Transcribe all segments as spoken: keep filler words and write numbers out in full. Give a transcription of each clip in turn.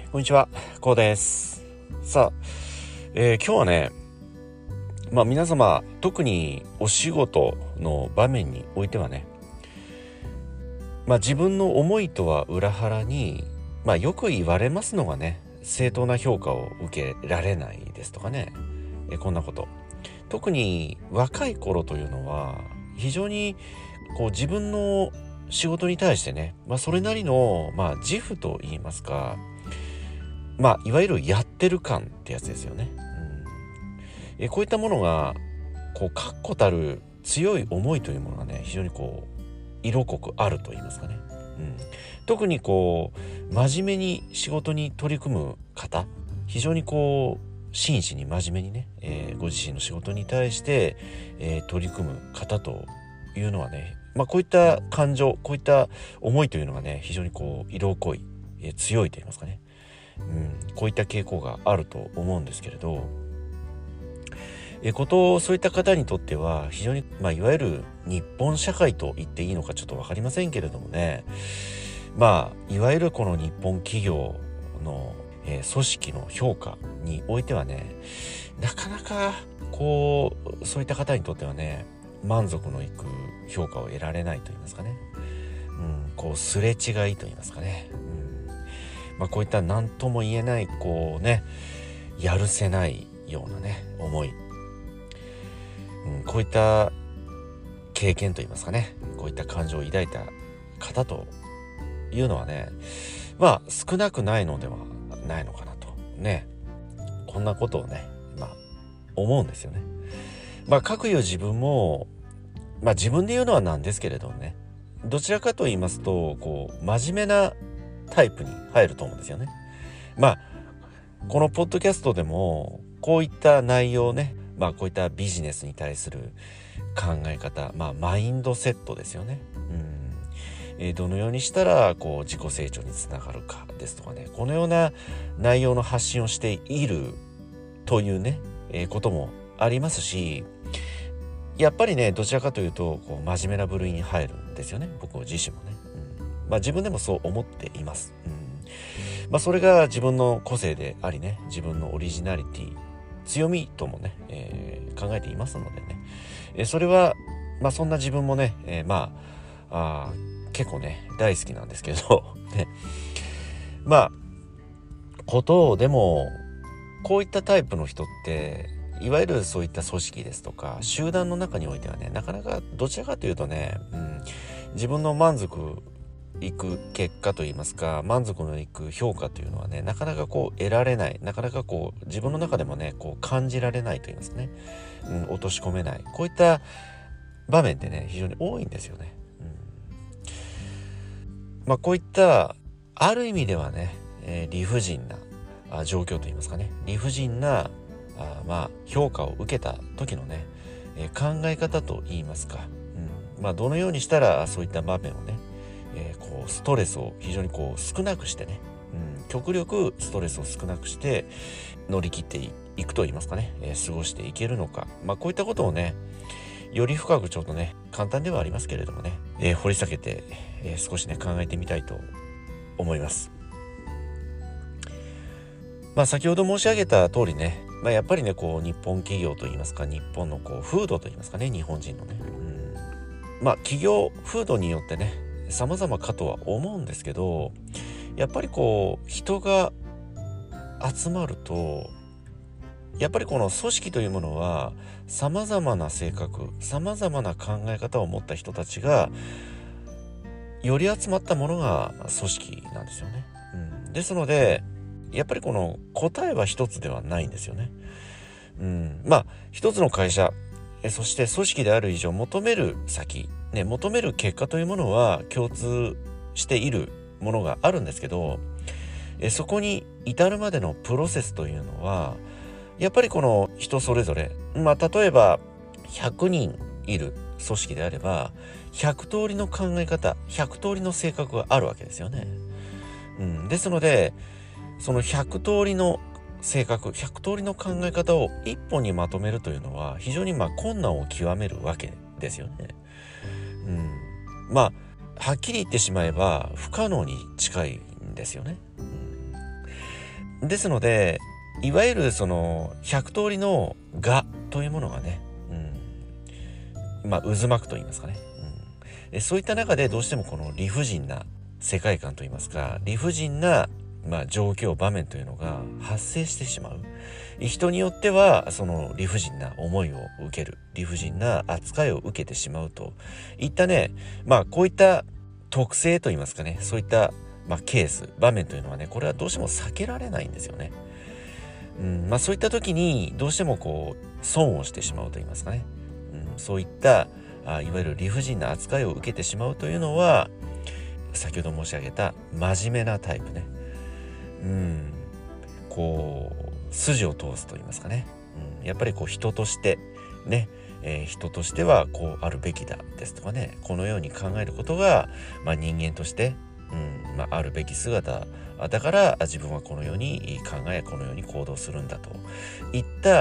こんにちは、こうです。さあ、えー今日はね、まあ皆様、特にお仕事の場面においてはね、まあ自分の思いとは裏腹に、まあよく言われますのがね、正当な評価を受けられないですとかね、えーこんなこと。特に若い頃というのは、非常にこう自分の仕事に対してね、まあそれなりの、まあ自負と言いますか、まあいわゆるやってる感ってやつですよね。うん、えこういったものがこう確固たる強い思いというものがね、非常にこう色濃くあると言いますかね。うん、特にこう真面目に仕事に取り組む方、非常にこう真摯に真面目にね、えーご自身の仕事に対して、えー取り組む方というのはね、まあこういった感情、こういった思いというのがね、非常にこう色濃い、えー強いと言いますかね。うん、こういった傾向があると思うんですけれど、えことそういった方にとっては非常に、まあ、いわゆる日本社会と言っていいのかちょっと分かりませんけれどもね、まあいわゆるこの日本企業の、えー組織の評価においてはね、なかなかこうそういった方にとってはね、満足のいく評価を得られないと言いますかね、うん、こうすれ違いと言いますかね、まあ、こういった何とも言えないこうね、やるせないようなね思い、うん、こういった経験といいますかね、こういった感情を抱いた方というのはね、まあ少なくないのではないのかなとね、こんなことをね、まあ思うんですよね。まあかくいう自分も、まあ自分で言うのはなんですけれどね、どちらかと言いますとこう真面目なタイプに入ると思うんですよね。まあこのポッドキャストでもこういった内容ね、まあこういったビジネスに対する考え方、まあマインドセットですよね。うん、えーどのようにしたらこう自己成長につながるかですとかね、このような内容の発信をしているというね、えーこともありますし、やっぱりね、どちらかというとこう真面目な部類に入るんですよね、僕自身もね。うん、まあ自分でもそう思っています。うん、まあそれが自分の個性でありね、自分のオリジナリティ、強みともね、えー考えていますのでね、えーそれはまあそんな自分もね、えーまあ、あー結構ね大好きなんですけどね、まあことをでもこういったタイプの人っていわゆるそういった組織ですとか集団の中においてはね、なかなかどちらかというとね、うん、自分の満足いく結果といいますか、満足のいく評価というのはね、なかなかこう得られない、なかなかこう自分の中でもねこう感じられないといいますかね、うん、落とし込めない、こういった場面ってね非常に多いんですよね。うん、まあこういったある意味ではね、えー理不尽なあ状況といいますかね、理不尽なあまあ評価を受けた時のね、えー考え方といいますか、うん、まあどのようにしたらそういった場面をね、えーこうストレスを非常にこう少なくしてね、うん、極力ストレスを少なくして乗り切っていくといいますかね、えー過ごしていけるのか、まあこういったことをね、より深くちょっとね、簡単ではありますけれどもね、えー掘り下げて、えー少しね考えてみたいと思います。まあ先ほど申し上げた通りね、まあ、やっぱりねこう日本企業といいますか、日本のこう風土といいますかね、日本人のね、うん、まあ企業風土によってね様々かとは思うんですけど、やっぱりこう人が集まると、やっぱりこの組織というものは様々な性格、様々な考え方を持った人たちがより集まったものが組織なんですよね。うん、ですのでやっぱりこの答えは一つではないんですよね。うん、まあ一つの会社、えそして組織である以上求める先、ね、求める結果というものは共通しているものがあるんですけど、えそこに至るまでのプロセスというのはやっぱりこの人それぞれ、まあ例えばひゃくにんいる組織であればひゃく通りの考え方、ひゃく通りの性格があるわけですよね。うん、ですのでそのひゃく通りの性格、ひゃく通りの考え方を一本にまとめるというのは非常にまあ困難を極めるわけですよね。うん、まあはっきり言ってしまえば不可能に近いんですよね。うん、 ですので、いわゆるそのひゃく通りの我というものがね、うん、まあ渦巻くと言いますかね、うん、そういった中でどうしてもこの理不尽な世界観といいますか、理不尽なまあ状況場面というのが発生してしまう。人によってはその理不尽な思いを受ける、理不尽な扱いを受けてしまうといったね、まあこういった特性といいますかね、そういったまあケース場面というのはね、これはどうしても避けられないんですよね。うん、まあそういった時にどうしてもこう損をしてしまうと言いますかね、うん、そういったあいわゆる理不尽な扱いを受けてしまうというのは、先ほど申し上げた真面目なタイプね、うん、こう筋を通すと言いますかね、うん、やっぱりこう人としてね、えー、人としてはこうあるべきだですとかね、このように考えることが、まあ、人間として、うんまあ、あるべき姿だから自分はこのように考え、このように行動するんだといった、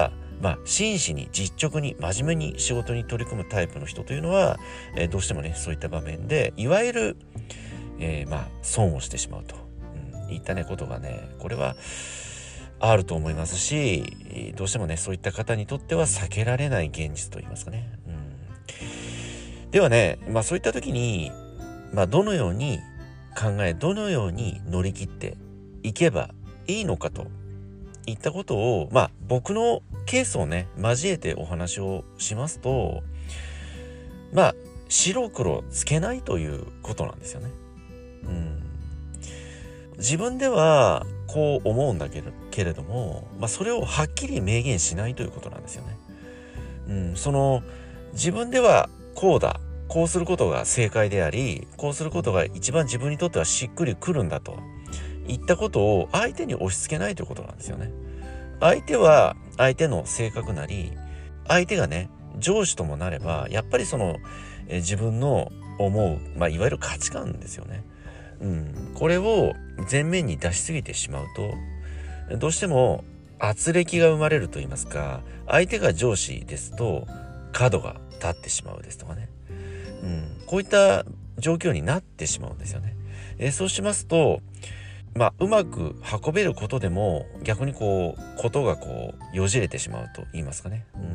まあ、真摯に実直に真面目に仕事に取り組むタイプの人というのは、えー、どうしてもねそういった場面でいわゆる、えー、まあ損をしてしまうと、うん、いったねことがね、これはあると思いますし、どうしてもねそういった方にとっては避けられない現実といいますかね、うん、ではね、まあそういった時に、まあ、どのように考え、どのように乗り切っていけばいいのかといったことを、まあ僕のケースをね交えてお話をしますと、まあ白黒つけないということなんですよね。うん、自分ではこう思うんだけれけれども、まあ、それをはっきり明言しないということなんですよね。うん、その自分ではこうだ、こうすることが正解であり、こうすることが一番自分にとってはしっくりくるんだといったことを相手に押し付けないということなんですよね。相手は相手の性格なり、相手がね上司ともなればやっぱりそのえ自分の思う、まあ、いわゆる価値観ですよね。うん、これを前面に出しすぎてしまうと、どうしても圧力が生まれると言いますか、相手が上司ですと角が立ってしまうですとかね、うん、こういった状況になってしまうんですよね。えー、そうしますと、まあ、うまく運べることでも逆にこうことがこうよじれてしまうと言いますかね、うん、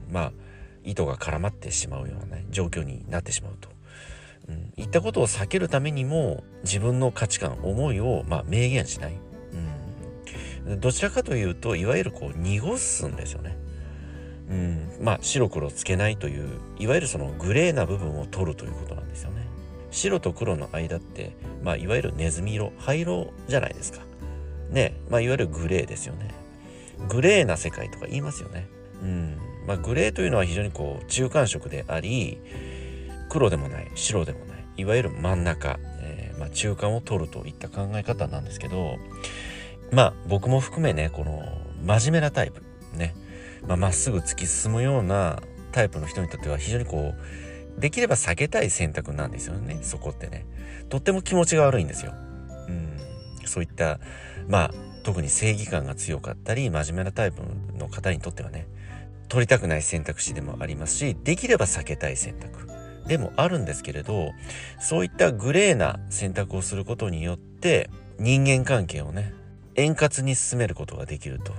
まあ糸が絡まってしまうような、ね、状況になってしまうと、うん、いったことを避けるためにも自分の価値観、思いをまあ明言しない、うん、どちらかというといわゆるこう濁すんですよね。うん、まあ白黒つけないといういわゆるそのグレーな部分を取るということなんですよね。白と黒の間って、まあ、いわゆるネズミ色、灰色じゃないですかね。まあ、いわゆるグレーですよね。グレーな世界とか言いますよね。うん、まあ、グレーというのは非常にこう中間色であり、黒でもない、白でもない、いわゆる真ん中、えーまあ、中間を取るといった考え方なんですけど、まあ僕も含めね、この真面目なタイプね、まあ、まっすぐ突き進むようなタイプの人にとっては非常にこうできれば避けたい選択なんですよね。そこってね、とっても気持ちが悪いんですよ。うん、そういったまあ特に正義感が強かったり真面目なタイプの方にとってはね、取りたくない選択肢でもありますし、できれば避けたい選択でもあるんですけれど、そういったグレーな選択をすることによって人間関係をね円滑に進めることができると、うん、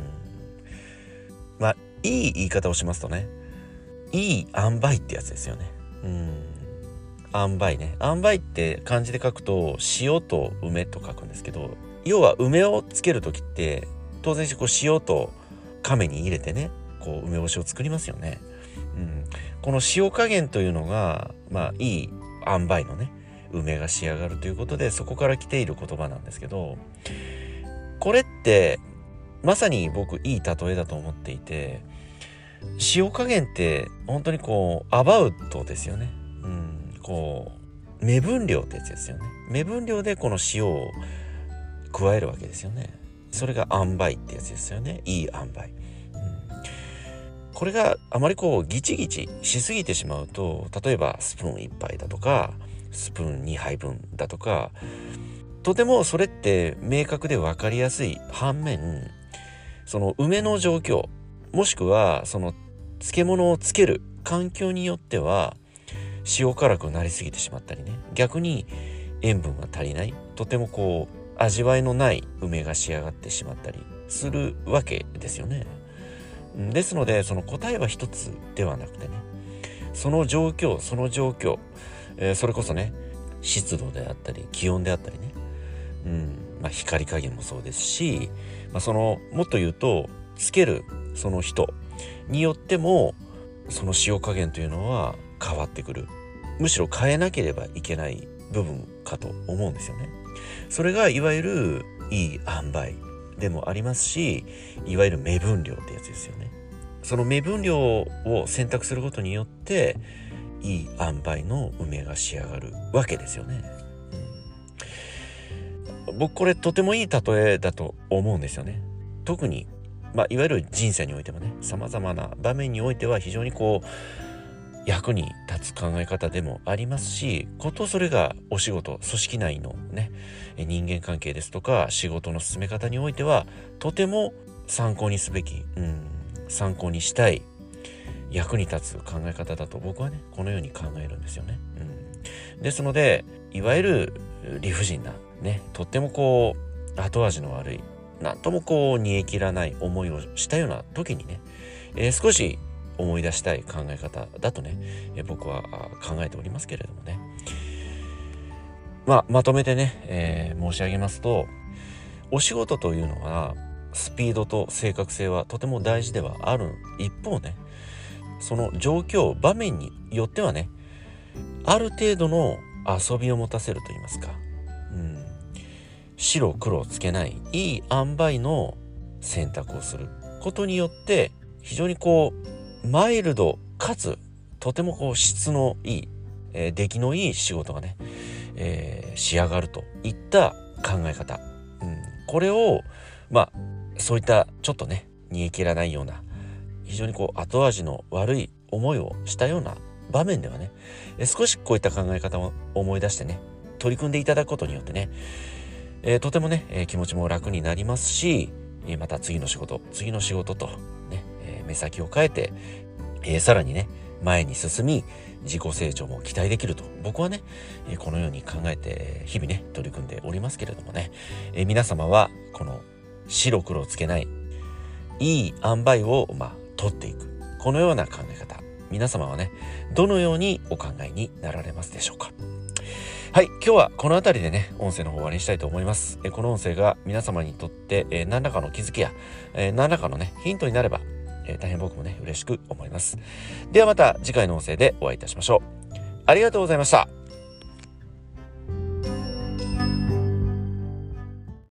まあいい言い方をしますとね、いい塩梅ってやつですよね。うん。塩梅ね。塩梅って漢字で書くと塩と梅と書くんですけど、要は梅をつけるときって当然こう塩と亀に入れてね、こう梅干しを作りますよね。うん。この塩加減というのがまあいい塩梅のね梅が仕上がるということで、そこから来ている言葉なんですけど、これってまさに僕いい例えだと思っていて、塩加減って本当にこうアバウトですよね。うん、こう目分量ってやつですよね。目分量でこの塩を加えるわけですよね。それが塩梅ってやつですよね。いい塩梅、うん、これがあまりこうギチギチしすぎてしまうと、例えばスプーンいっぱいだとかスプーンにはいぶんだとか、とてもそれって明確で分かりやすい反面、その梅の状況もしくはその漬物をつける環境によっては塩辛くなりすぎてしまったりね、逆に塩分が足りない、とてもこう味わいのない梅が仕上がってしまったりするわけですよね。ですのでその答えは一つではなくてね、その状況その状況、えー、それこそね湿度であったり気温であったりね、うんまあ、光加減もそうですし、まあ、そのもっと言うとつけるその人によってもその塩加減というのは変わってくる。むしろ変えなければいけない部分かと思うんですよね。それがいわゆるいい塩梅でもありますし、いわゆる目分量ってやつですよね。その目分量を選択することによっていい塩梅の梅が仕上がるわけですよね。うん、僕これとてもいい例えだと思うんですよね。特に、まあ、いわゆる人生においてもね、様々な場面においては非常にこう役に立つ考え方でもありますし、ことそれがお仕事組織内のね人間関係ですとか仕事の進め方においてはとても参考にすべき、うん、参考にしたい役に立つ考え方だと僕はねこのように考えるんですよね。うん、ですのでいわゆる理不尽なね、とってもこう後味の悪い、なんともこう煮え切らない思いをしたような時にね、えー、少し思い出したい考え方だとね、えー、僕は考えておりますけれどもね。まあまとめてね、えー、申し上げますと、お仕事というのはスピードと正確性はとても大事ではある一方ね、その状況場面によってはね、ある程度の遊びを持たせると言いますか、うん、白黒をつけないいい塩梅の選択をすることによって非常にこうマイルドかつとてもこう質のいい、えー、出来のいい仕事がね、えー、仕上がるといった考え方、うん、これをまあそういったちょっとね煮え切らないような非常にこう後味の悪い思いをしたような場面ではね、えー、少しこういった考え方を思い出してね取り組んでいただくことによってね、えー、とてもね、えー、気持ちも楽になりますし、えー、また次の仕事次の仕事とね、えー、目先を変えて、えー、さらにね前に進み自己成長も期待できると僕はね、えー、このように考えて日々ね取り組んでおりますけれどもね、えー、皆様はこの白黒つけないいい塩梅をまあ取っていくこのような考え方、皆様はねどのようにお考えになられますでしょうか。はい、今日はこの辺りでね音声の方を終わりにしたいと思います。えこの音声が皆様にとって、えー、何らかの気づきや、えー、何らかのねヒントになれば、えー、大変僕もね嬉しく思います。ではまた次回の音声でお会いいたしましょう。ありがとうございました。